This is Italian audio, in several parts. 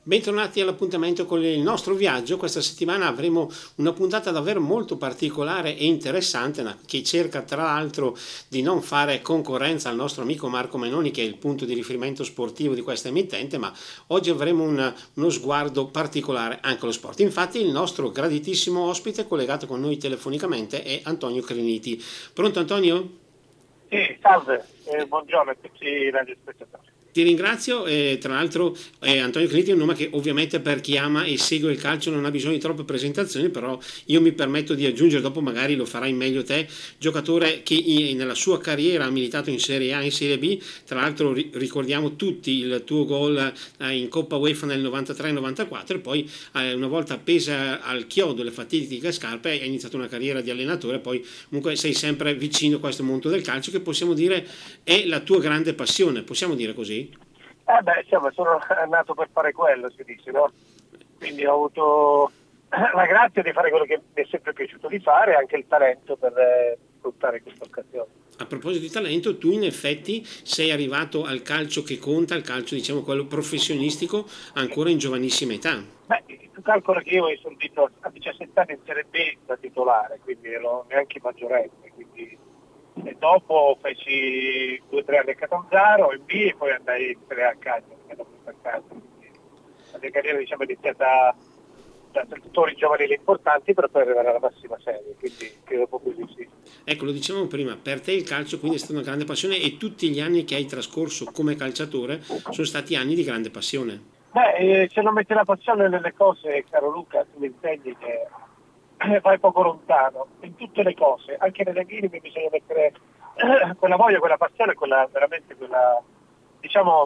Bentornati all'appuntamento con il nostro viaggio. Questa settimana avremo una puntata davvero molto particolare e interessante che cerca tra l'altro di non fare concorrenza al nostro amico Marco Menoni, che è il punto di riferimento sportivo di questa emittente, ma oggi avremo uno sguardo particolare anche allo sport. Infatti il nostro graditissimo ospite collegato con noi telefonicamente è Antonio Criniti. Pronto Antonio? Sì, salve, buongiorno a tutti i radiospettatori. Ti ringrazio, tra l'altro Antonio Criniti è un nome che ovviamente per chi ama e segue il calcio non ha bisogno di troppe presentazioni, però io mi permetto di aggiungere, dopo magari lo farai meglio te, giocatore che nella sua carriera ha militato in Serie A e in Serie B, tra l'altro ricordiamo tutti il tuo gol in Coppa UEFA nel 93-94 e poi una volta appesa al chiodo le fatidiche scarpe hai iniziato una carriera di allenatore, poi comunque sei sempre vicino a questo mondo del calcio che possiamo dire è la tua grande passione, possiamo dire così? Insomma, sono nato per fare quello, si dice, no? Quindi ho avuto la grazia di fare quello che mi è sempre piaciuto di fare e anche il talento per sfruttare questa occasione. A proposito di talento, tu in effetti sei arrivato al calcio che conta, al calcio diciamo quello professionistico, ancora in giovanissima età. Tu calcola che io ho esordito a 17 anni in Serie B da titolare, quindi ero neanche maggiorenne, quindi e dopo feci 2 o 3 anni a Catanzaro in B e poi andai in Serie A a Cagliari, che hanno preso a casa. Quindi la mia carriera diciamo, è iniziata da giocatori giovanili importanti per poi arrivare alla massima serie, quindi credo proprio di sì. Ecco, lo dicevamo prima, per te il calcio quindi è stata una grande passione e tutti gli anni che hai trascorso come calciatore sono stati anni di grande passione. Se non metti la passione nelle cose, caro Luca, tu mi insegni che vai poco lontano, in tutte le cose, anche nelle minime bisogna mettere quella voglia, quella passione, quella veramente quella, diciamo,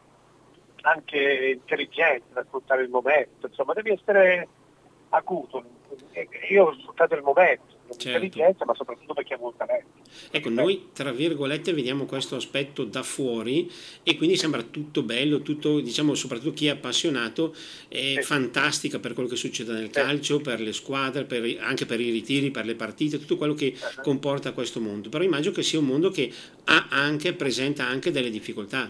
anche intelligente da sfruttare il momento, insomma, devi essere acuto. Io ho sfruttato il momento, Certo. l'intelligenza, ma soprattutto perché avevo il talento. Ecco, noi tra virgolette vediamo questo aspetto da fuori e quindi sembra tutto bello, tutto, diciamo, soprattutto chi è appassionato, è Sì, fantastica per quello che succede nel sì. calcio, per le squadre, anche per i ritiri, per le partite, tutto quello che comporta questo mondo. Però immagino che sia un mondo che presenta anche delle difficoltà.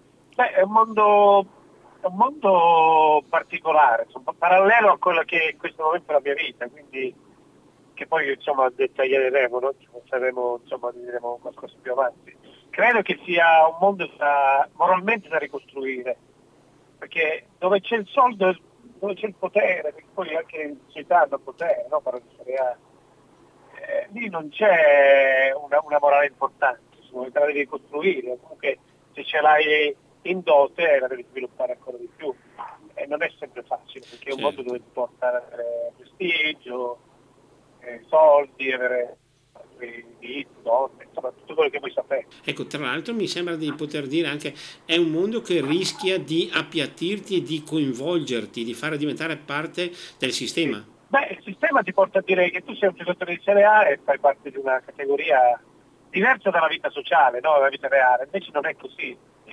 È un mondo particolare, insomma, parallelo a quello che in questo momento è la mia vita, quindi che poi insomma dettaglieremo, no? Saremo, insomma, diremo qualcosa più avanti. Credo che sia un mondo moralmente da ricostruire, perché dove c'è il soldo, dove c'è il potere, perché poi anche in società hanno potere, no? Paradossalmente, lì non c'è una morale importante, insomma, te la devi costruire, comunque se ce l'hai in dote la devi sviluppare ancora di più. E non è sempre facile, perché è un mondo Certo. dove ti porta ad avere prestigio, soldi, avere diritti, donne, insomma tutto quello che vuoi sapere. Ecco, tra l'altro mi sembra di poter dire anche è un mondo che rischia di appiattirti e di coinvolgerti, di fare diventare parte del Sì. sistema. Il sistema ti porta a dire che tu sei un giocatore di Serie A e fai parte di una categoria diversa dalla vita sociale, no? Dalla vita reale, invece non è così.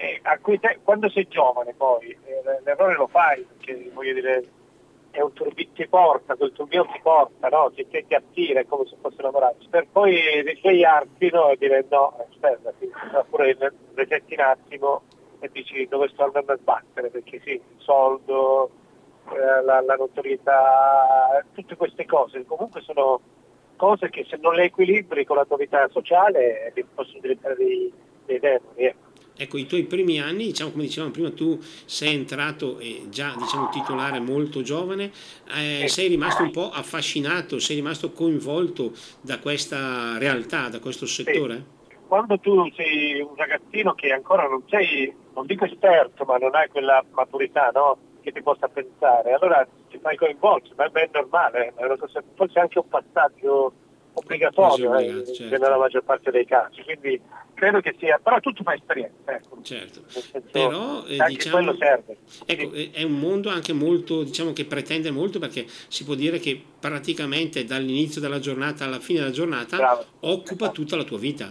Quando sei giovane poi l'errore lo fai, perché voglio dire è un turbino ti porta, quel turbino ti porta, no? Ti attira, è come se fosse una voragine, per poi risvegliarti, no? E dire no, aspetta, oppure resetti un attimo e dici dove sto andando a sbattere, perché sì, il soldo, la notorietà, tutte queste cose comunque sono cose che se non le equilibri con la tua vita sociale possono diventare dei demoni. Ecco, i tuoi primi anni, diciamo come dicevamo prima, tu sei entrato già, diciamo, titolare molto giovane, Sì. sei rimasto un po' affascinato, sei rimasto coinvolto da questa realtà, da questo Sì. settore? Quando tu sei un ragazzino che ancora non sei, non dico esperto, ma non hai quella maturità, no? Che ti possa pensare, allora ti fai coinvolgere, ma è ben normale, è una cosa, forse anche un passaggio Quasi obbligatorio obbligato, nella certo. maggior parte dei casi, quindi credo che sia, però tutto fa esperienza, ecco, Certo, nel senso però che anche quello diciamo, serve. ecco, Sì, è un mondo anche molto, diciamo che pretende molto perché si può dire che praticamente dall'inizio della giornata alla fine della giornata bravo. occupa Esatto. tutta la tua vita.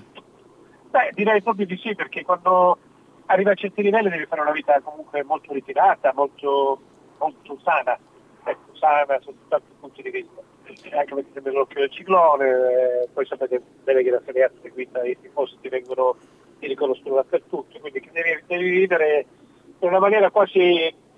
Direi proprio di sì, perché quando arriva a certi livelli devi fare una vita comunque molto ritirata, molto, molto sana, ecco, sana sotto tanti punti di vista. Anche perché sembra l'occhio del ciclone, poi sapete bene che la Serie A seguita i tifosi ti riconoscono dappertutto, quindi che devi vivere in una maniera quasi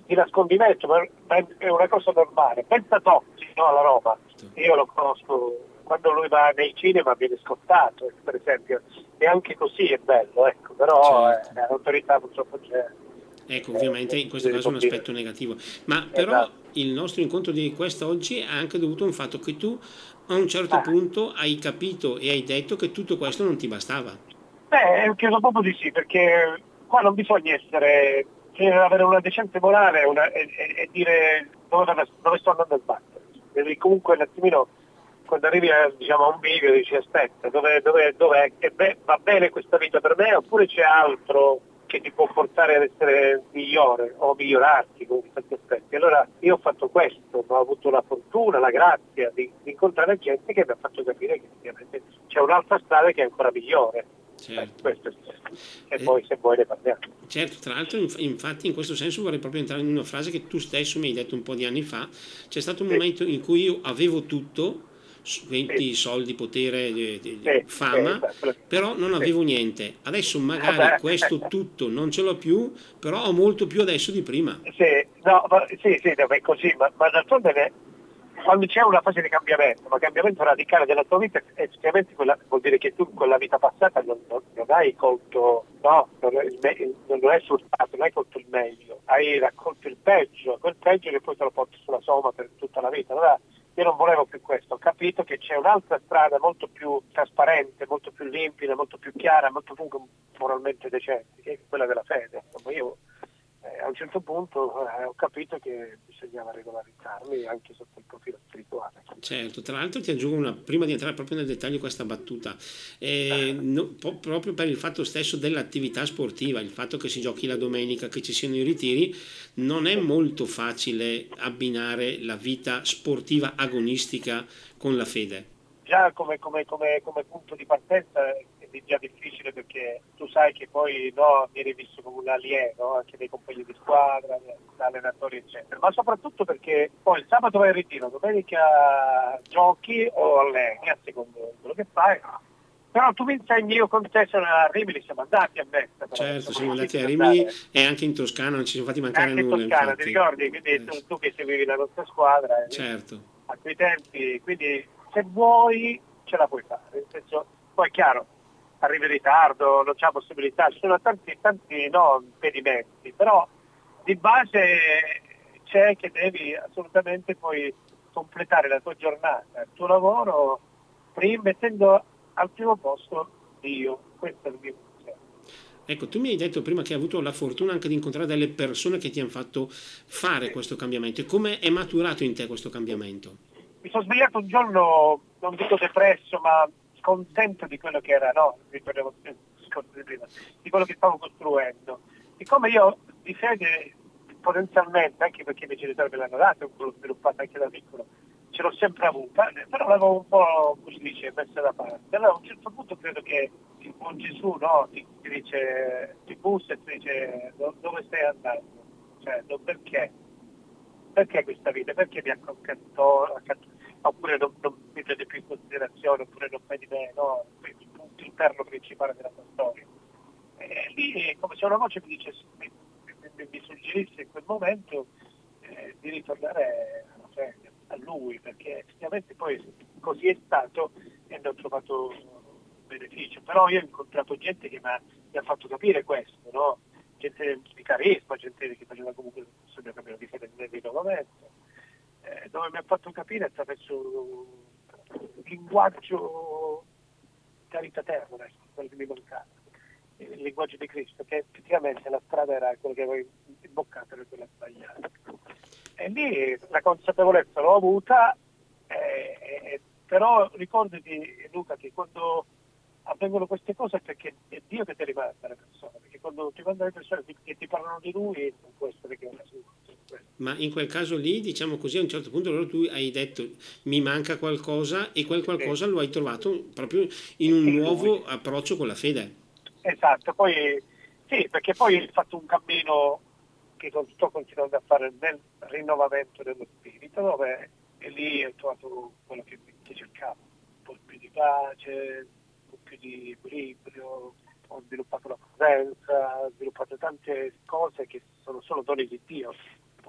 di nascondimento, ma è una cosa normale. Pensa Totti, no, alla Roma, io lo conosco, quando lui va nei cinema viene scottato, per esempio, e anche così è bello, ecco, però Certo. l'autorità purtroppo c'è. Ecco, ovviamente in questo caso è un aspetto negativo, ma però Esatto. il nostro incontro di quest'oggi è anche dovuto a un fatto che tu a un certo Ah, punto hai capito e hai detto che tutto questo non ti bastava. credo proprio di sì, perché qua non bisogna essere, bisogna avere una decente morale e dire dove sto andando a sbattere. Devi comunque un attimino, quando arrivi diciamo, a un bivio, dici aspetta, dov'è? Va bene questa vita per me oppure c'è altro che ti può portare ad essere migliore o migliorarti con tanti aspetti. Allora io ho fatto questo, ho avuto la fortuna, la grazia di incontrare gente che mi ha fatto capire che ovviamente c'è un'altra strada che è ancora migliore. Certo. Questo e Eh, poi se vuoi ne parliamo. certo, tra l'altro, infatti, in questo senso vorrei proprio entrare in una frase che tu stesso mi hai detto un po' di anni fa. C'è stato un Sì, momento in cui io avevo tutto, sì, quindi soldi, potere, sì, fama, però non sì. avevo niente. Adesso magari Vabbè. questo tutto non ce l'ho più, però ho molto più adesso di prima. Sì, no, sì, no, è così, ma d'altronde quando c'è una fase di cambiamento, ma cambiamento radicale della tua vita, effettivamente vuol dire che tu con la vita passata non hai colto, no, non hai sfruttato, non hai colto il meglio, hai raccolto il peggio, quel peggio che poi te lo porti sulla soma per tutta la vita. Allora io non volevo più questo, ho capito che c'è un'altra strada molto più trasparente, molto più limpida, molto più chiara, molto più moralmente decente, che è quella della fede. Insomma, io a un certo punto ho capito che bisognava regolarizzarmi anche sotto il profilo spirituale. Certo, tra l'altro ti aggiungo prima di entrare proprio nel dettaglio di questa battuta, proprio per il fatto stesso dell'attività sportiva, il fatto che si giochi la domenica, che ci siano i ritiri, non è Sì. molto facile abbinare la vita sportiva agonistica con la fede. Già come punto di partenza è già difficile perché tu sai che poi no, vieni visto come un allievo anche dei compagni di squadra, da allenatori eccetera, ma soprattutto perché poi il sabato vai in ritiro, domenica giochi o alleni a secondo quello che fai, però tu mi insegni, io con te se arrivi li siamo andati a Mesta, però Certo, siamo siamo andati riusciti a ad Rimini andare e anche in Toscana, non ci siamo fatti mancare anche in nulla, Toscana, ti infatti. ricordi? Quindi Sì. tu che seguivi la nostra squadra Certo. a quei tempi, quindi se vuoi ce la puoi fare, nel senso, poi è chiaro, arrivi in ritardo, non c'è possibilità, ci sono tanti no, impedimenti, però di base c'è che devi assolutamente poi completare la tua giornata, il tuo lavoro, mettendo al primo posto Dio, questo è il mio pensiero. Ecco, tu mi hai detto prima che hai avuto la fortuna anche di incontrare delle persone che ti hanno fatto fare Sì. questo cambiamento. E come è maturato in te questo cambiamento? Mi sono svegliato un giorno, non dico depresso, ma contento di quello che era, no, ritorniamo al discorso di prima, di quello che stavo costruendo. Siccome io di fede potenzialmente, anche perché i miei genitori me l'hanno dato, l'ho sviluppata anche da piccolo, ce l'ho sempre avuta, però l'avevo un po', come si dice, messa da parte. Allora a un certo punto credo che il buon Gesù, no, ti dice, ti bussa e ti dice dove stai andando? Cioè, perché? Perché questa vita? Perché mi accanto, oppure non mi prende più in considerazione, oppure non fai di me, no? Il punto interno principale della tua storia. E lì è come se una voce mi dicesse, mi suggerisse in quel momento di ritornare alla fede, a lui, perché effettivamente poi così è stato e ne ho trovato beneficio. Però io ho incontrato gente che mi ha fatto capire questo, no? Gente di carisma, gente che faceva comunque il mio cammino di fede nel rinnovamento, dove mi ha fatto capire attraverso un linguaggio carità terra, ecco, quello che mi mancava, il linguaggio di Cristo, che effettivamente la strada era quella che avevo imboccato, era quella sbagliata. E lì la consapevolezza l'ho avuta, però ricordati Luca che quando avvengono queste cose è perché è Dio che ti rimanda le persone, perché quando ti manda le persone che ti parlano di Lui non può essere che una sua. Ma in quel caso lì, diciamo così, a un certo punto allora tu hai detto mi manca qualcosa e quel Sì, qualcosa lo hai trovato proprio in un in Lui. nuovo approccio con la fede. Esatto, poi sì, perché poi ho fatto un cammino che sto continuando a fare nel rinnovamento dello spirito, dove e lì ho trovato quello che cercavo, un po' più di pace, un po' più di equilibrio, ho sviluppato la presenza, ho sviluppato tante cose che sono solo doni di Dio,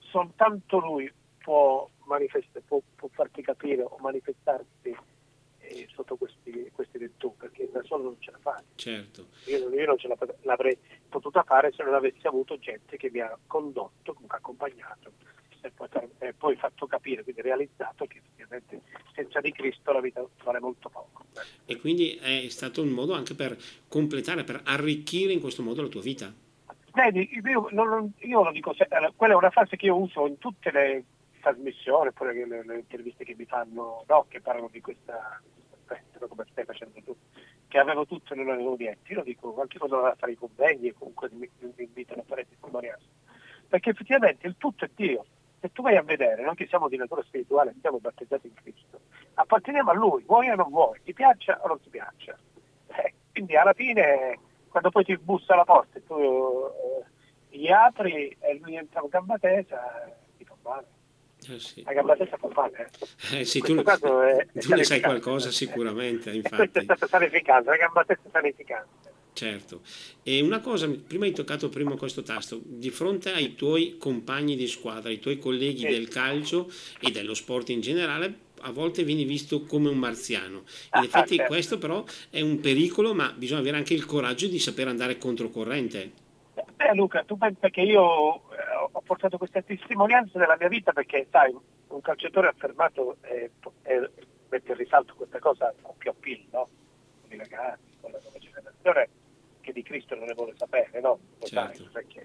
soltanto lui può può farti capire o manifestarsi sotto questi virtù, perché da solo non ce la fai. Certo. Io non ce l'avrei potuta fare se non avessi avuto gente che mi ha condotto, comunque accompagnato e poi fatto capire, quindi realizzato che effettivamente senza di Cristo la vita vale molto poco. E quindi è stato un modo anche per completare, per arricchire in questo modo la tua vita. Vedi, io lo dico, quella è una frase che io uso in tutte le trasmissioni, oppure le interviste che mi fanno, no, che parlano di questa aspetto, come stai facendo tu, che avevo tutto e non avevo niente. Io lo dico anche quando vado a fare i convegni e comunque mi invitano a fare testimonianza, perché effettivamente il tutto è Dio. Se tu vai a vedere, noi che siamo di natura spirituale, siamo battezzati in Cristo, apparteniamo a Lui, vuoi o non vuoi, ti piaccia o non ti piaccia. Quindi alla fine, quando poi ti bussa alla porta e tu gli apri e lui entra con gamba tesa, ti fa male. Sì. La gamba tesa fa male. Sì, In questo caso tu ne sai sanificante. qualcosa sicuramente, Questo è infatti. stato sanificante, la gamba tesa sanificante. Certo. E una cosa, prima hai toccato prima questo tasto, di fronte ai tuoi compagni di squadra, ai tuoi colleghi Sì. del calcio e dello sport in generale, a volte vieni visto come un marziano. In effetti Certo. questo però è un pericolo, ma bisogna avere anche il coraggio di saper andare controcorrente. Luca, tu pensa che io ho portato queste testimonianze della mia vita perché, sai, un calciatore affermato mette in risalto questa cosa con più appeal, no? Con i ragazzi, con la nuova generazione che di Cristo non ne vuole sapere, no? Lo Certo. sai, perché.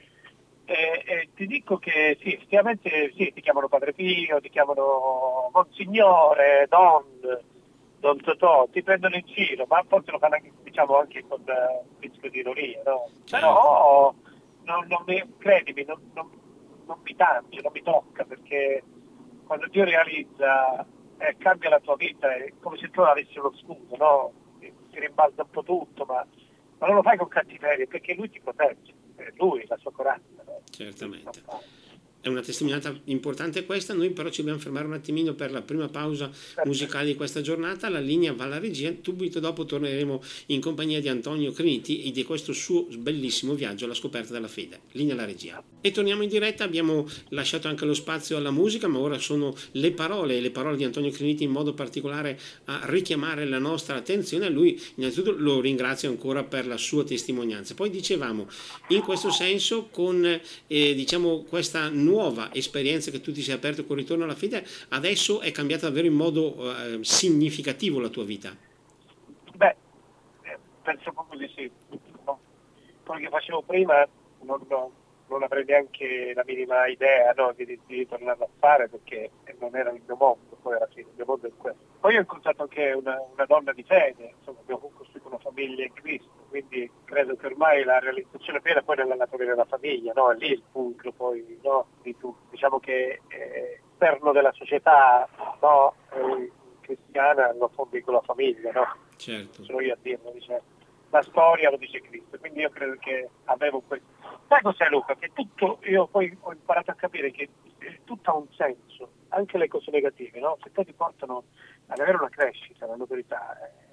E ti dico che sì, effettivamente sì, ti chiamano Padre Pio, ti chiamano Monsignore, Don Totò, ti prendono in giro, ma forse lo fanno anche, diciamo, anche con un pizzico di ironia, no? Certo. Però credimi, non mi tange, non mi tocca, perché quando Dio realizza e cambia la tua vita è come se tu avessi uno scudo, no? Ti rimbalza un po' tutto, ma non lo fai con cattiveria, perché lui ti protegge, è lui, la sua corazza, no? Certamente. È una testimonianza importante questa, noi però ci dobbiamo fermare un attimino per la prima pausa Perfetto. musicale di questa giornata, la linea va alla regia, subito dopo torneremo in compagnia di Antonio Criniti e di questo suo bellissimo viaggio alla scoperta della fede. Linea alla regia. E torniamo in diretta, abbiamo lasciato anche lo spazio alla musica, ma ora sono le parole di Antonio Criniti in modo particolare a richiamare la nostra attenzione. A lui innanzitutto lo ringrazio ancora per la sua testimonianza. Poi dicevamo, in questo senso, con diciamo questa nuova esperienza che tu ti sei aperto con il ritorno alla fede, adesso è cambiata davvero in modo significativo la tua vita. Beh, penso proprio di sì. No? Quello che facevo prima non avrei neanche la minima idea, no, di tornarlo a fare, perché non era il mio mondo, poi alla fine il mio mondo è questo. Poi ho incontrato anche una donna di fede, insomma abbiamo costruito una famiglia in Cristo, quindi credo che ormai la realizzazione piena poi nella natura della famiglia, no? È lì il fulcro poi, no? Di tutto. Diciamo che all'interno della società, no? Cristiana lo fondi con la famiglia, no? Certo. Sono io a dirlo, dice. La storia lo dice Cristo, quindi io credo che avevo questo. Sai cos'è, Luca? Che tutto, io poi ho imparato a capire che tutto ha un senso, anche le cose negative, no? Se poi ti portano ad avere una crescita, una notorietà,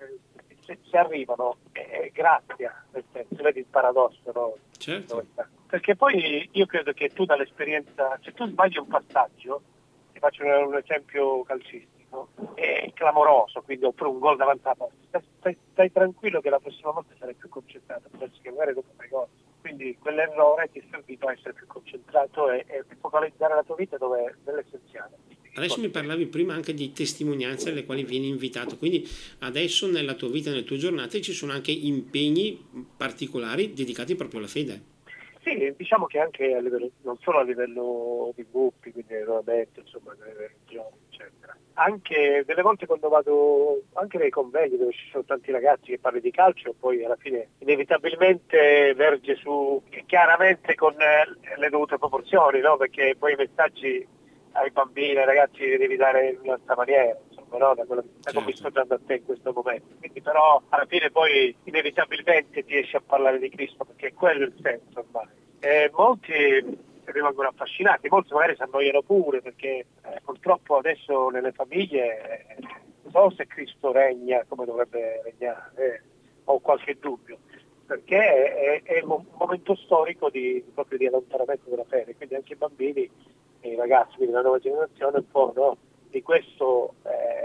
se arrivano, grazia, nel senso, vedi il paradosso, no? Certo. Perché poi io credo che tu dall'esperienza, se tu sbagli un passaggio, ti faccio un esempio calcistico, è clamoroso, quindi oppure un gol davanti alla porta, stai tranquillo che la prossima volta sarai più concentrato, pensi che magari dopo fai gol. Quindi quell'errore ti è servito a essere più concentrato e focalizzare la tua vita dove è nell'essenziale. Adesso mi parlavi prima anche di testimonianze alle quali vieni invitato, quindi adesso nella tua vita, nelle tue giornate ci sono anche impegni particolari dedicati proprio alla fede. Sì, diciamo che anche a livello, non solo a livello di gruppi, quindi regolamento, insomma, nelle regioni, eccetera. Anche delle volte quando vado anche nei convegni dove ci sono tanti ragazzi che parli di calcio, poi alla fine inevitabilmente verge su chiaramente con le dovute proporzioni, no? Perché poi i messaggi ai bambini, ai ragazzi li devi dare in un'altra maniera, insomma, no? Da quello che sta Certo. dando a te in questo momento. Quindi però alla fine poi inevitabilmente ti riesci a parlare di Cristo, perché è quello il senso ormai. E molti rimangono affascinati, molti magari si annoiano pure, perché purtroppo adesso nelle famiglie non so se Cristo regna come dovrebbe regnare, ho qualche dubbio. perché è un momento storico proprio di allontanamento dalla fede, quindi anche i bambini e i ragazzi, quindi la nuova generazione un po', no, di questo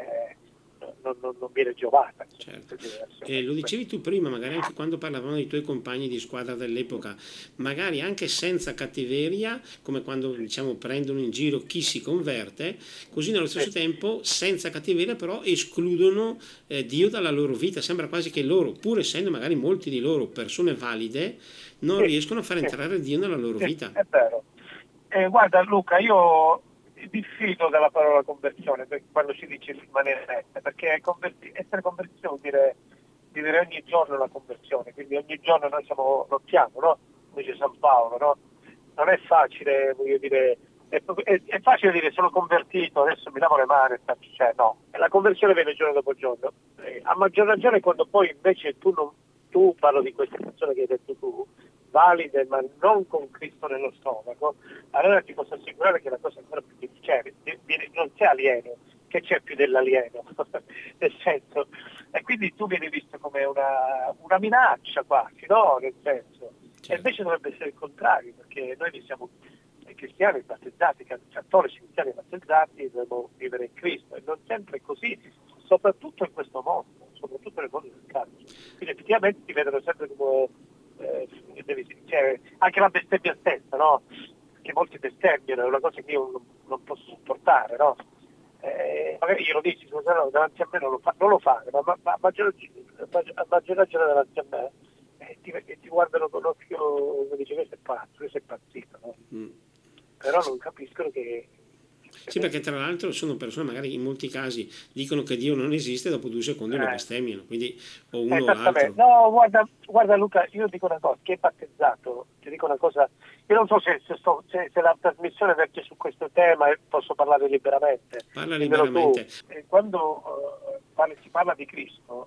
non viene giovata. Certo. Lo dicevi tu prima, magari anche quando parlavamo dei tuoi compagni di squadra dell'epoca, magari anche senza cattiveria, come quando diciamo prendono in giro chi si converte, così nello stesso Sì, tempo senza cattiveria però escludono Dio dalla loro vita. Sembra quasi che loro, pur essendo magari molti di loro persone valide, non sì, riescono a far sì, entrare Dio nella loro sì, vita. è vero. Guarda Luca, io diffido dalla parola conversione quando si dice in maniera netta, perché essere convertiti vuol dire vivere ogni giorno la conversione, quindi ogni giorno noi lottiamo, no? Come dice San Paolo, no? Non è facile, voglio dire, è facile dire sono convertito, adesso mi lavo le mani, cioè no, la conversione viene giorno dopo giorno. A maggior ragione quando poi invece tu parlo di queste persone che hai detto tu, valide ma non con Cristo nello stomaco, allora ti posso assicurare che la cosa è ancora più difficile, non c'è alieno, che c'è più dell'alieno, nel senso, e quindi tu vieni visto come una minaccia quasi, no? Nel senso, e Certo. invece dovrebbe essere il contrario, perché noi siamo cristiani battezzati, cattolici cristiani battezzati, dobbiamo vivere in Cristo, e non sempre è così, soprattutto in questo mondo, soprattutto nel mondo del calcio. Quindi effettivamente ti vedono sempre come anche la bestemmia stessa, no? Che molti bestemmiano, è una cosa che io non posso sopportare, no? Magari io lo dici, scusa, no, davanti a me non lo fare, ma a maggior ragione davanti a me, ti guardano con occhio, come dice, questo è pazzo, questo è impazzito, no? Mm. Però non capiscono che Sì, perché tra l'altro sono persone magari in molti casi dicono che Dio non esiste e dopo 2 secondi lo eh, bestemmiano, quindi o uno o esattamente. l'altro. No, guarda Luca, io dico una cosa, chi è battezzato, ti dico una cosa, io non so se la trasmissione verte su questo tema e posso parlare liberamente, Parla dimmelo tu. liberamente. Quando si parla di Cristo,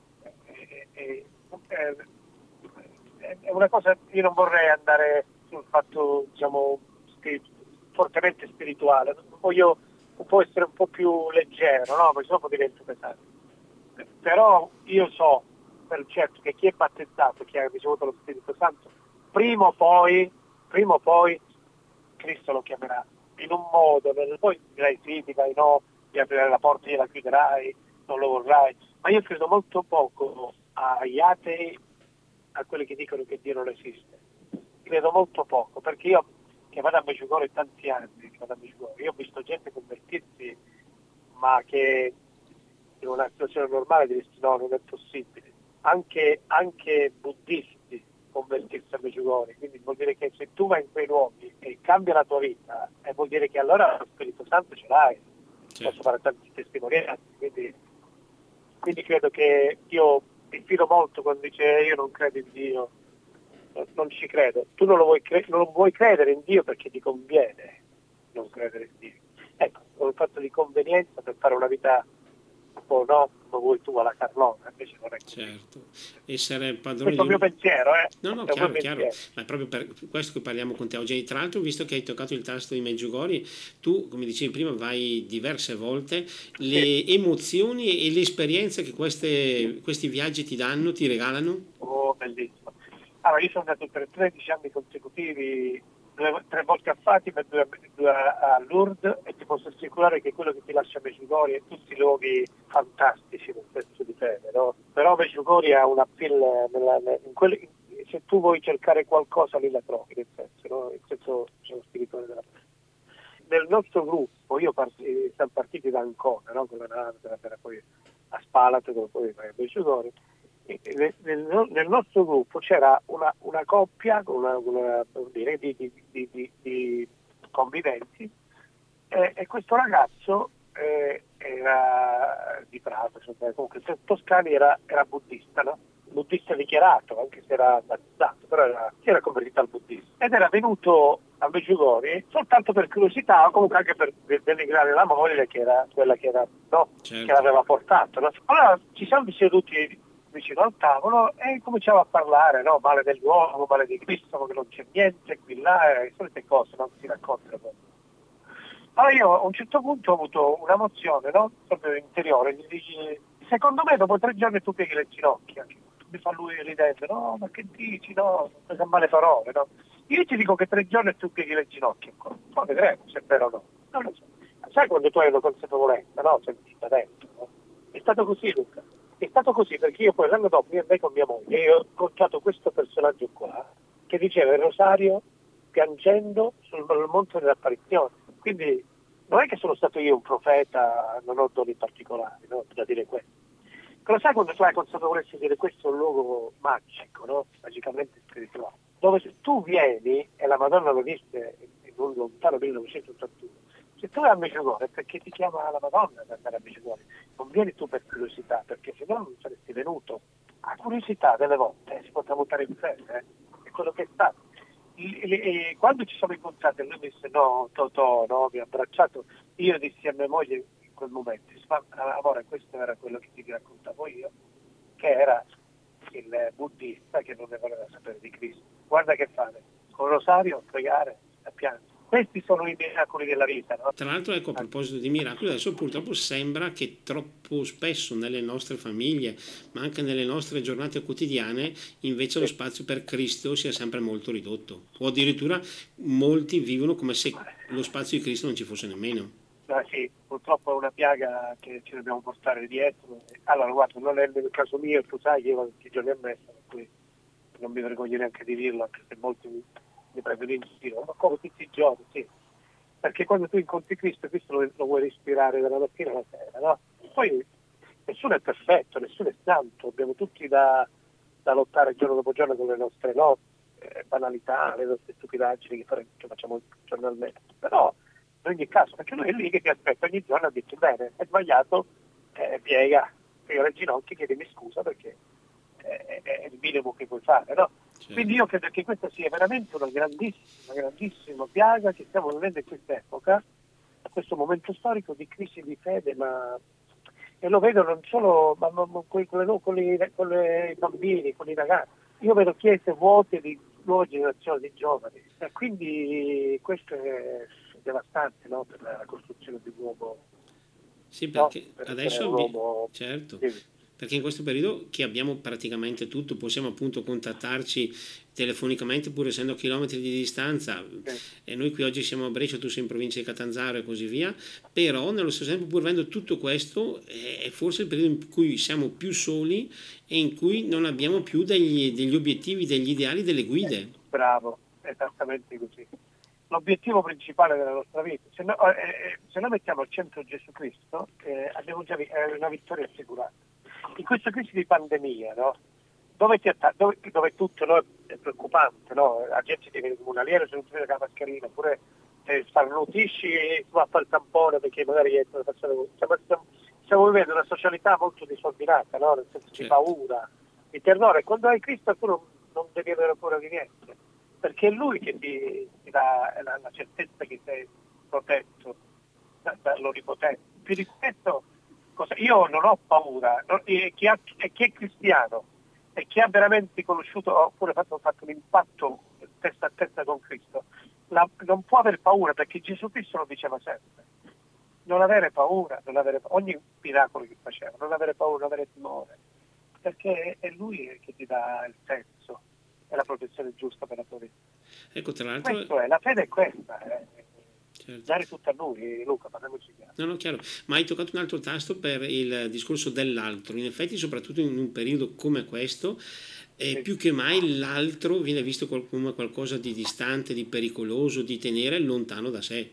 è una cosa, io non vorrei andare sul fatto, diciamo, fortemente spirituale, voglio un po' essere un po' più leggero, no? Perché dopo divento pesante. Però io so per certo che chi è battezzato, chi ha ricevuto lo Spirito Santo, prima o poi Cristo lo chiamerà in un modo, poi dirai sì, dirai no, gli aprirai la porta, gliela chiuderai, non lo vorrai, ma io credo molto poco agli atei, a quelli che dicono che Dio non esiste. Credo molto poco, perché io che vado a Medjugorje tanti anni, io ho visto gente convertirsi, ma che in una situazione normale diresti no, non è possibile. Anche buddisti convertirsi a Medjugorje, quindi vuol dire che se tu vai in quei luoghi e cambia la tua vita, vuol dire che allora lo Spirito Santo ce l'hai. Posso Certo. fare tanti testimonianze, quindi credo che io mi fido molto quando dice io non credo in Dio, non ci credo. Tu non vuoi credere in Dio perché ti conviene non credere in Dio. Ecco, con un fatto di convenienza per fare una vita un po' no, come vuoi tu alla Carlona, invece non è così. Certo, essere padroni Questo è di il mio un... pensiero, No, no, è un mio chiaro, pensiero. ma è proprio per questo che parliamo con te oggi. E tra l'altro, visto che hai toccato il tasto di Meggiugorje, tu, come dicevi prima, vai diverse volte, Sì. le emozioni e le esperienze che questi viaggi ti danno, ti regalano? Oh, bellissimo. Allora, io sono andato per 13 anni consecutivi, 3 volte a Fatima e due a Lourdes, e ti posso assicurare che quello che ti lascia Medjugorje è tutti luoghi fantastici nel senso di fede, no? Però Medjugorje ha una appeal se tu vuoi cercare qualcosa lì la trovi, nel senso, no? Nel senso diciamo, spirituale della fede. Nel nostro gruppo, siamo partiti da Ancona, no? Con la nave per andare poi a Spalato, dove poi vai a Medjugorje. Nel nostro gruppo c'era una coppia devo dire, di conviventi, e questo ragazzo era di Prato, insomma, comunque Toscani era buddista, no? Buddista dichiarato, anche se era battezzato, però si era convertito al buddismo. Ed era venuto a Medjugorje soltanto per curiosità, o comunque anche per denigrare la moglie, che era quella no? Che Certo, l'aveva portato. No? Allora ci siamo seduti vicino al tavolo e cominciamo a parlare, no? Male dell'uomo, male di Cristo, che non c'è niente, qui là, le solite cose, non si raccontano. Allora io a un certo punto ho avuto una mozione, no? Proprio interiore, di dire, secondo me dopo 3 giorni tu pieghi le ginocchia. mi fa lui ridendo, no, ma che dici, no, cosa male parole, no? Io ti dico che 3 giorni e tu pieghi le ginocchia ancora, poi vedremo se è vero o no, non lo so. Sai quando tu hai una consapevolezza, no? Sentita dentro, no? È stato così, Luca. È stato così perché io poi l'anno dopo io andai con mia moglie e ho incontrato questo personaggio qua che diceva il rosario piangendo sul monte dell'apparizione. Quindi non è che sono stato io un profeta, non ho doni particolari, no? Da dire questo. Però sai quando tu hai consapevolezza di dire questo è un luogo magico, no? Magicamente spirituale, dove se tu vieni, e la Madonna lo disse in un lontano 1981, se tu vai a Medjugorje è perché ti chiama la Madonna ad andare a Medjugorje, non vieni tu per curiosità, perché se no non saresti venuto. A curiosità delle volte si può tramutare in fede, è quello che è stato. E quando ci siamo incontrati lui mi disse no, Totò, no, mi ha abbracciato, io dissi a mia moglie in quel momento, ma amore, questo era quello che ti raccontavo io, che era il buddista che non ne voleva sapere di Cristo. Guarda che fare, con rosario, pregare, a piangere. Questi sono i miracoli della vita, no? Tra l'altro, ecco, a proposito di miracoli, adesso purtroppo sembra che troppo spesso nelle nostre famiglie, ma anche nelle nostre giornate quotidiane, invece lo Sì. spazio per Cristo sia sempre molto ridotto. O addirittura molti vivono come se lo spazio di Cristo non ci fosse nemmeno. Sì, purtroppo è una piaga che ci dobbiamo portare dietro. Allora, guarda, non è nel caso mio, tu sai che io vado tutti i giorni a messa, per cui non mi vergogno neanche di dirlo, anche se molti mi prendono in giro, ma come tutti i giorni, sì. Perché quando tu incontri Cristo, Cristo lo vuoi respirare dalla mattina alla sera, no? Poi nessuno è perfetto, nessuno è santo, abbiamo tutti da lottare giorno dopo giorno con le nostre no, banalità, le nostre stupidaggini che facciamo giornalmente. Però in ogni caso, perché lui è lì che ti aspetta ogni giorno, ha detto bene, è sbagliato, piega le ginocchia, chiedimi scusa perché è il minimo che puoi fare, no? Quindi Certo. io credo che questa sia veramente una grandissima piaga che stiamo vivendo in questa epoca, a questo momento storico di crisi di fede, ma e lo vedo non solo con i bambini, con i ragazzi, io vedo chiese vuote di nuova generazione di giovani e quindi questo è devastante, no? Per la costruzione di un uomo, Sì, no? perché Per essere adesso, un uomo. certo, Sì, perché in questo periodo che abbiamo praticamente tutto, possiamo appunto contattarci telefonicamente pur essendo a chilometri di distanza, sì. e noi qui oggi siamo a Brescia, tu sei in provincia di Catanzaro e così via, però nello stesso tempo pur avendo tutto questo è forse il periodo in cui siamo più soli e in cui non abbiamo più degli obiettivi, degli ideali, delle guide. Bravo, esattamente così. L'obiettivo principale della nostra vita, se noi mettiamo al centro Gesù Cristo, abbiamo già una vittoria assicurata. In questa crisi di pandemia, no? Dove tutto no, è preoccupante, no? La gente ti viene come un alieno se non ti vede la mascherina, oppure starnutisci e tu va a fare il tampone perché magari è una persona. Stiamo vivendo una socialità molto disordinata, no? Nel senso di Certo. paura, di terrore. Quando hai Cristo tu non devi avere paura di niente, perché è Lui che ti dà la certezza che sei protetto dall'Onnipotente. Più di questo, io non ho paura, chi è cristiano e chi ha veramente conosciuto oppure fatto un impatto testa a testa con Cristo, non può avere paura perché Gesù Cristo lo diceva sempre. Non avere paura, ogni miracolo che faceva, non avere paura, non avere timore, perché è Lui che ti dà il senso e la protezione giusta per la tua vita. Ecco, tra l'altro, Questo è, la fede è questa, certo. dare tutto a Lui, Luca, parliamoci chiaro. No, no, chiaro, ma hai toccato un altro tasto per il discorso dell'altro. In effetti, soprattutto in un periodo come questo, Sì. più che mai l'altro viene visto come qualcosa di distante, di pericoloso, di tenere lontano da sé.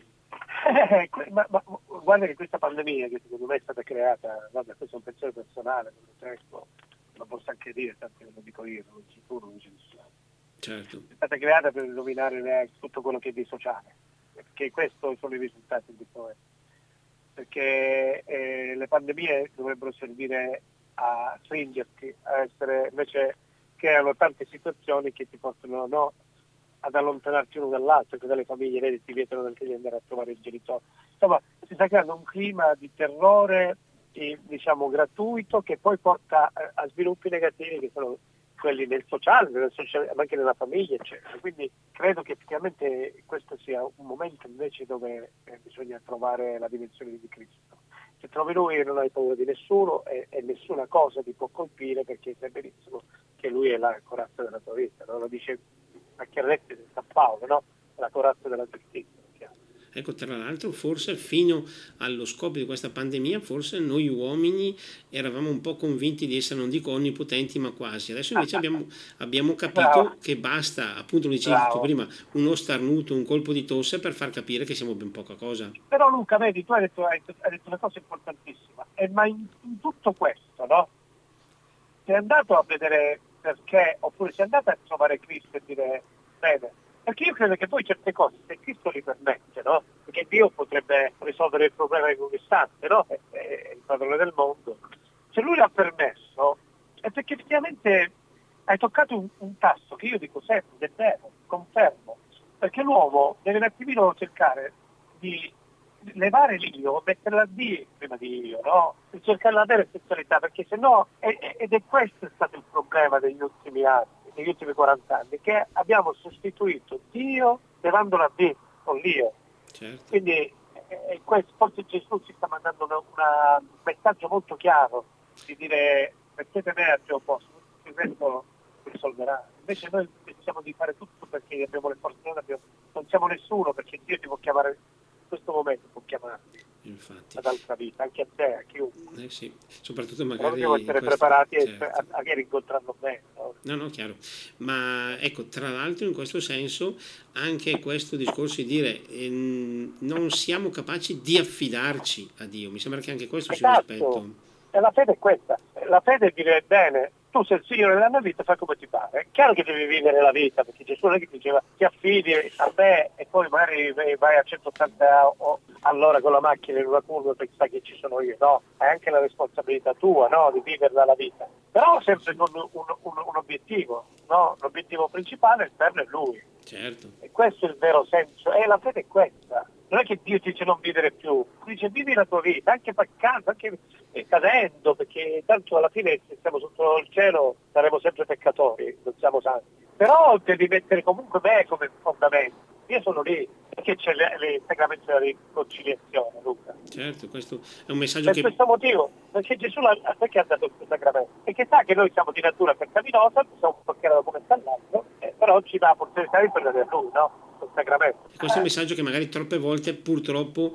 Ma guarda che questa pandemia che secondo me è stata creata, vabbè, questo è un pensiero personale, lo posso anche dire, tanto che lo dico io, non ci tu, non c'è nessuno. Certo, È stata creata per dominare tutto quello che è di sociale, perché questi sono i risultati di questo momento. Perché le pandemie dovrebbero servire a stringerti, a essere, invece creano tante situazioni che ti portano no, ad allontanarti uno dall'altro, che dalle famiglie vedi ti vietano anche di andare a trovare il genitore. Insomma, si sta creando un clima di terrore, diciamo, gratuito, che poi porta a sviluppi negativi che sono quelli nel sociale, ma anche nella famiglia, eccetera. Quindi credo che effettivamente questo sia un momento invece dove bisogna trovare la dimensione di Cristo. Se trovi Lui non hai paura di nessuno e nessuna cosa ti può colpire perché sai benissimo perché lui è la corazza della tua vita, no? Lo dice a Chiarretti di San Paolo, no? La corazza della giustizia. Ecco, tra l'altro, forse fino allo scoppio di questa pandemia, forse noi uomini eravamo un po' convinti di essere, non dico onnipotenti, ma quasi. Adesso invece abbiamo Bravo, capito che basta, appunto lo dicevi tu bravo. prima, uno starnuto, un colpo di tosse per far capire che siamo ben poca cosa. Però Luca, vedi, tu hai detto una cosa importantissima, ma in tutto questo, no? Sei andato a vedere perché, oppure sei andato a trovare Cristo e dire, bene, perché io credo che poi certe cose, se Cristo li permette, no? Perché Dio potrebbe risolvere il problema in un istante, no? È il padrone del mondo. Se lui l'ha permesso, è perché effettivamente hai toccato un tasto che io dico sempre, è vero, confermo, perché l'uomo deve un attimino cercare di levare l'io, metterla D prima di io, no? E cercare la vera sessualità, perché se no, ed è questo è stato il problema degli ultimi anni, degli ultimi 40 anni, che abbiamo sostituito Dio levando la D con l'io. Certo. Quindi questo, forse Gesù ci sta mandando un messaggio molto chiaro di dire mettete me al primo posto, il resto risolverà. Invece noi pensiamo di fare tutto perché abbiamo le forze, non siamo nessuno, perché Dio ti può chiamare in questo momento, può chiamarti Infatti, ad altra vita, anche a te, a chiunque. sì, soprattutto Però dobbiamo magari in essere questo, preparati certo. a rincontrarlo bene. No? No, no, chiaro. Ma ecco, tra l'altro in questo senso anche questo discorso di dire non siamo capaci di affidarci a Dio, mi sembra che anche questo sia un Esatto, aspetto. e la fede è questa, la fede è dire bene, tu sei il Signore della mia vita, fai come ti pare. È chiaro che devi vivere la vita, perché Gesù non è che ti diceva ti affidi a me e poi magari vai a 180 all'ora con la macchina in una curva perché sai che ci sono io, no, hai anche la responsabilità tua, no, di viverla la vita, però sempre con un obiettivo, no, l'obiettivo principale esterno è Lui. Certo, E questo è il vero senso, e la fede è questa. Non è che Dio ti dice non vivere più, ti dice vivi la tua vita, anche peccando, anche cadendo, perché tanto alla fine se siamo sotto il cielo saremo sempre peccatori, non siamo santi. Però devi mettere comunque me come fondamento. Io sono lì, perché c'è il sacramento della riconciliazione, Luca. certo, questo è un messaggio Per che questo motivo, perché Gesù perché ha dato questo sacramento? Perché sa che noi siamo di natura peccaminosa, possiamo toccare da come sta l'altro, però ci dà la possibilità di prendere a lui, no? Il sacramento. questo è un messaggio che magari troppe volte purtroppo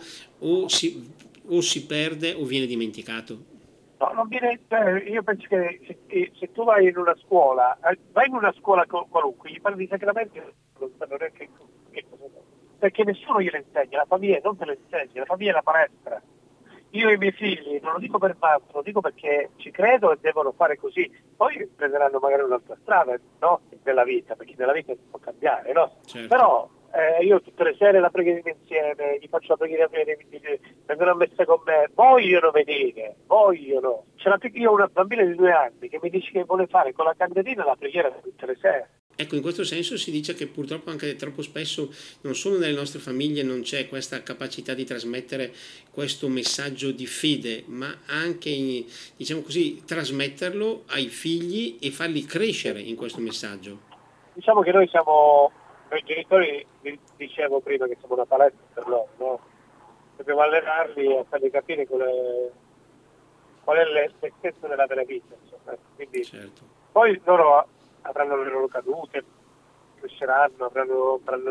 o si perde o viene dimenticato. No, non viene, cioè, io penso che se tu vai in una scuola, vai in una scuola qualunque, gli parli di sacramenti, non sanno neanche che cosa è. Perché nessuno glielo insegna, la famiglia non te lo insegna, la famiglia è la palestra. Io e i miei figli, non lo dico per fatto, lo dico perché ci credo e devono fare così. Poi prenderanno magari un'altra strada, no? Nella vita, perché nella vita si può cambiare, no? Certo. Però io tutte le sere la preghiera insieme, gli faccio la preghiera bene, vengono a messa con me, vogliono venire, vogliono. Io ho una bambina di 2 anni che mi dice che vuole fare con la candelina la preghiera tutte le sere. Ecco, in questo senso si dice che purtroppo anche troppo spesso non solo nelle nostre famiglie non c'è questa capacità di trasmettere questo messaggio di fede, ma anche, diciamo così, trasmetterlo ai figli e farli crescere in questo messaggio. Diciamo che noi genitori, dicevo prima che siamo una palestra per loro, no? Dobbiamo allenarli e farli capire qual è l'essenza della vera vita, insomma. Quindi Certo, poi loro avranno le loro cadute, cresceranno, avranno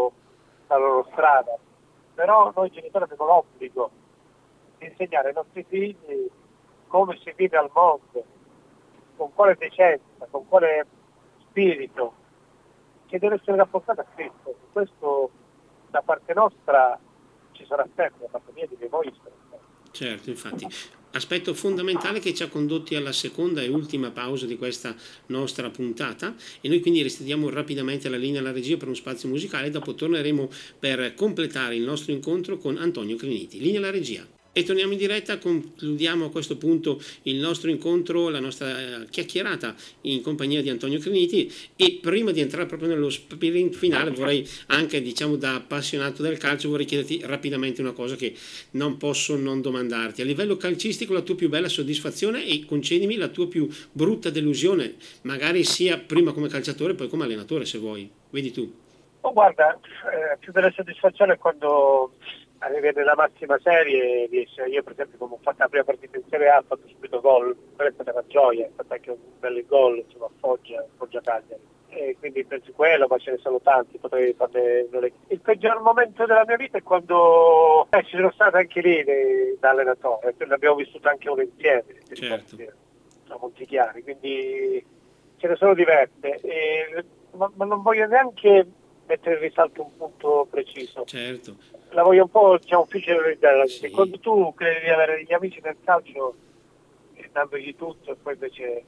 la loro strada, però noi genitori abbiamo l'obbligo di insegnare ai nostri figli come si vive al mondo, con quale decenza, con quale spirito, che deve essere rapportato a Cristo. Questo da parte nostra ci sarà sempre, da parte mia e di miei mogli ci sarà sempre. certo, infatti. Aspetto fondamentale che ci ha condotti alla seconda e ultima pausa di questa nostra puntata e noi quindi restituiamo rapidamente la linea alla regia per uno spazio musicale e dopo torneremo per completare il nostro incontro con Antonio Criniti. Linea alla regia. E torniamo in diretta, concludiamo a questo punto il nostro incontro, la nostra chiacchierata in compagnia di Antonio Criniti e prima di entrare proprio nello sprint finale vorrei anche, diciamo da appassionato del calcio, vorrei chiederti rapidamente una cosa che non posso non domandarti. A livello calcistico la tua più bella soddisfazione e concedimi la tua più brutta delusione, magari sia prima come calciatore poi come allenatore se vuoi, vedi tu. Oh, guarda, più della soddisfazione è quando arrivi nella massima serie riesce. Io per esempio come ho fatto la prima partita in Serie A ho fatto subito gol, quella è stata una gioia, ho fatto anche un bel gol insomma, a Foggia Cagliari. E quindi penso quello, ma ce ne sono tanti, potrei farne il peggior momento della mia vita è quando ci sono stato anche lì da allenatore, l'abbiamo vissuto anche uno insieme, Certo. a Montichiari, quindi ce ne sono diverse, ma non voglio neanche mettere in risalto un punto preciso. Certo. La voglio un po' generalizzare, Sì. quando tu credi di avere gli amici nel calcio dandogli tutto e poi invece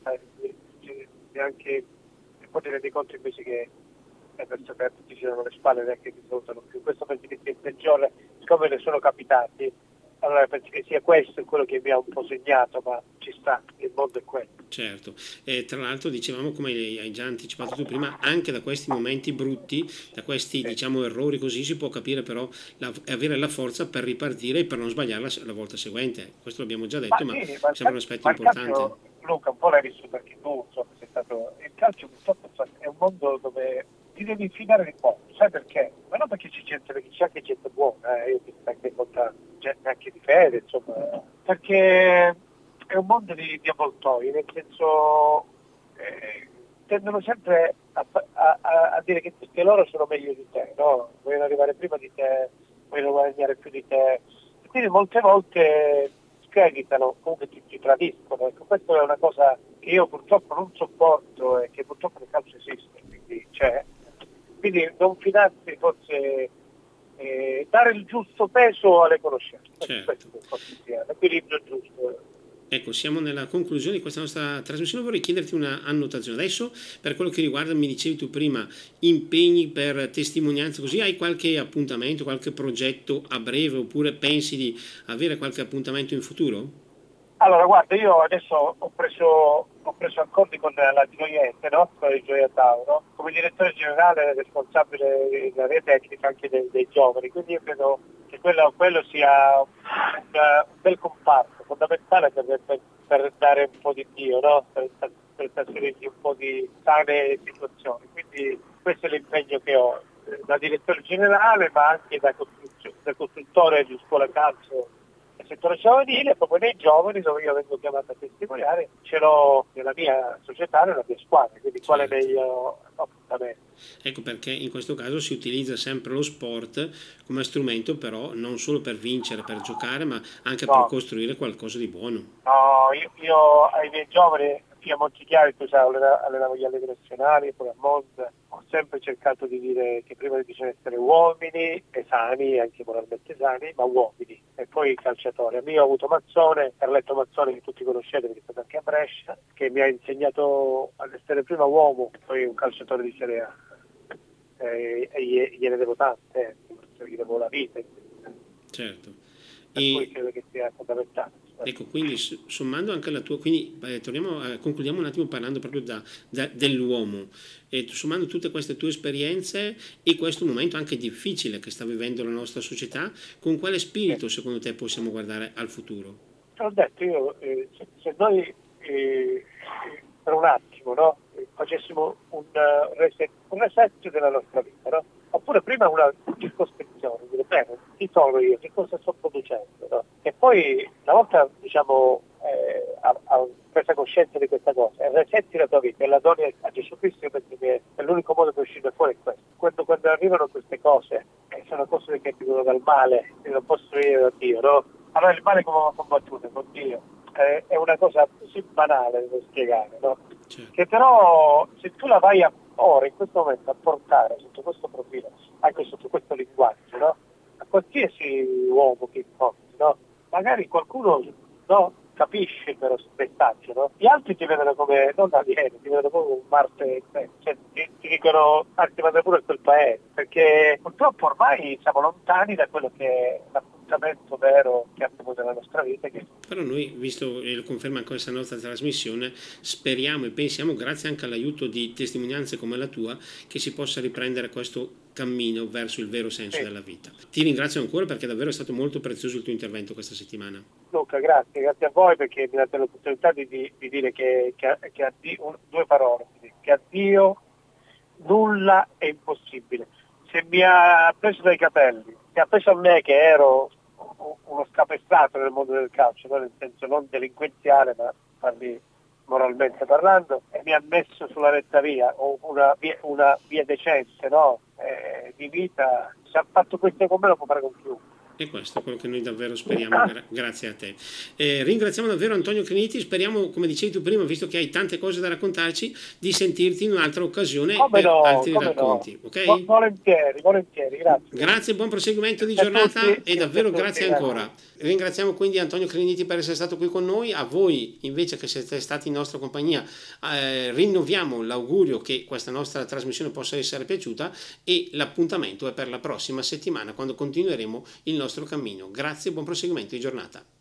neanche e poi ti rendi conto invece che le persone ti girano le spalle neanche ti salutano più. Questo penso che sia il peggiore, siccome ne sono capitati, allora penso che sia questo quello che mi ha un po' segnato, ma ci sta, il mondo è quello. Certo, e tra l'altro dicevamo, come hai già anticipato tu prima, anche da questi momenti brutti, da questi Sì. diciamo errori così, si può capire però avere la forza per ripartire e per non sbagliarla la volta seguente. Questo l'abbiamo già detto, Ma ma mi sì, sembra un aspetto il importante. calcio, Luca, un po' l'hai vissuto anche tu, insomma, sei stato. Il calcio purtroppo è un mondo dove ti devi fidare di poco, sai perché? Ma non perché perché c'è anche gente buona, io ti sto anche incontrando gente anche di fede, insomma, perché è un mondo di avvoltoi, nel senso tendono sempre a dire che loro sono meglio di te, no? Vogliono arrivare prima di te, vogliono guadagnare più di te. Quindi molte volte screditano, comunque ti tradiscono. Ecco, questa è una cosa che io purtroppo non sopporto e che purtroppo nel calcio esiste, quindi c'è. Quindi non fidarsi forse, dare il giusto peso alle conoscenze. Certo. Questo forse sia l'equilibrio giusto. Ecco, siamo nella conclusione di questa nostra trasmissione. Vorrei chiederti una annotazione. Adesso, per quello che riguarda, mi dicevi tu prima, impegni per testimonianze, così hai qualche appuntamento, qualche progetto a breve oppure pensi di avere qualche appuntamento in futuro? Allora, guarda, io adesso ho preso accordi con la Gioiente, no? Con la Gioia Tauro, come direttore generale responsabile dell'area tecnica anche dei giovani, quindi io credo che quello sia un bel comparto, fondamentale per dare un po' di Dio, no? Per trasferirgli un po' di sane situazioni. Quindi questo è l'impegno che ho da direttore generale, ma anche da costruttore di scuola calcio nel settore giovanile, proprio nei giovani dove io vengo chiamato a testimoniare, ce l'ho nella mia società, nella mia squadra, quindi quale Certo. meglio appuntamento. Ecco perché in questo caso si utilizza sempre lo sport come strumento, però non solo per vincere, per giocare, ma anche per No, costruire qualcosa di buono. no, io ai miei giovani, io a Montichiari, tu sai, allenavo gli allevi nazionali, poi a Monza, ho sempre cercato di dire che prima bisogna essere uomini e sani, anche moralmente sani, ma uomini, e poi calciatori. A me ho avuto Mazzone, Carletto Mazzone che tutti conoscete perché è stato anche a Brescia, che mi ha insegnato ad essere prima uomo, poi un calciatore di Serie A. E gliene devo tante, gli devo la vita, Certo. per cui E credo che sia fondamentale. ecco, quindi sommando anche la tua, quindi concludiamo un attimo parlando proprio dell'uomo, e sommando tutte queste tue esperienze e questo momento anche difficile che sta vivendo la nostra società, con quale spirito secondo te possiamo guardare al futuro? Te l'ho detto io, se noi per un attimo, no, facessimo un reset della nostra vita, no? Oppure prima una circospezione, dire bene, chi sono io, che cosa sto producendo, no? E poi una volta diciamo presa coscienza di questa cosa, e resetti la tua vita e la doni a Gesù Cristo, io penso che è l'unico modo per uscire fuori è questo. Quando arrivano queste cose, sono cose che arrivano dal male, che non possono venire da Dio, no? Allora il male come va combattuto con Dio è una cosa così banale da spiegare, no? Certo. Che però se tu la vai ora in questo momento a portare sotto questo profilo, anche sotto questo linguaggio, no? A qualsiasi uomo che incontri, no? Magari qualcuno no, capisce però questo messaggio, no? Gli altri ti vedono come non alieni, ti vedono come un Marte, cioè, ti dicono anzi vada pure a quel paese, perché purtroppo ormai siamo lontani da quello che è l'appuntamento vero che abbiamo nella nostra vita. Però noi, visto e lo conferma anche questa nostra trasmissione, speriamo e pensiamo, grazie anche all'aiuto di testimonianze come la tua, che si possa riprendere questo cammino verso il vero senso Sì. della vita. Ti ringrazio ancora perché davvero è stato molto prezioso il tuo intervento questa settimana. Luca, grazie a voi perché mi date l'opportunità di dire che a Dio, due parole, che a Dio nulla è impossibile. Se mi ha preso dai capelli che ha preso a me che ero uno scapestrato nel mondo del calcio, no? Nel senso non delinquenziale, ma parli moralmente parlando, e mi ha messo sulla retta via, o una via decente, no? Di vita. Se ha fatto questo con me lo può fare con chiunque. E questo è quello che noi davvero speriamo, grazie a te. Ringraziamo davvero Antonio Criniti, speriamo, come dicevi tu prima, visto che hai tante cose da raccontarci, di sentirti in un'altra occasione Come per no, altri come racconti, no. ok? Volentieri, volentieri, grazie. Grazie, buon proseguimento di Grazie a giornata tutti, e davvero grazie a grazie tutti, ancora. Ringraziamo quindi Antonio Criniti per essere stato qui con noi, a voi invece che siete stati in nostra compagnia rinnoviamo l'augurio che questa nostra trasmissione possa essere piaciuta e l'appuntamento è per la prossima settimana quando continueremo il nostro cammino. Grazie e buon proseguimento di giornata.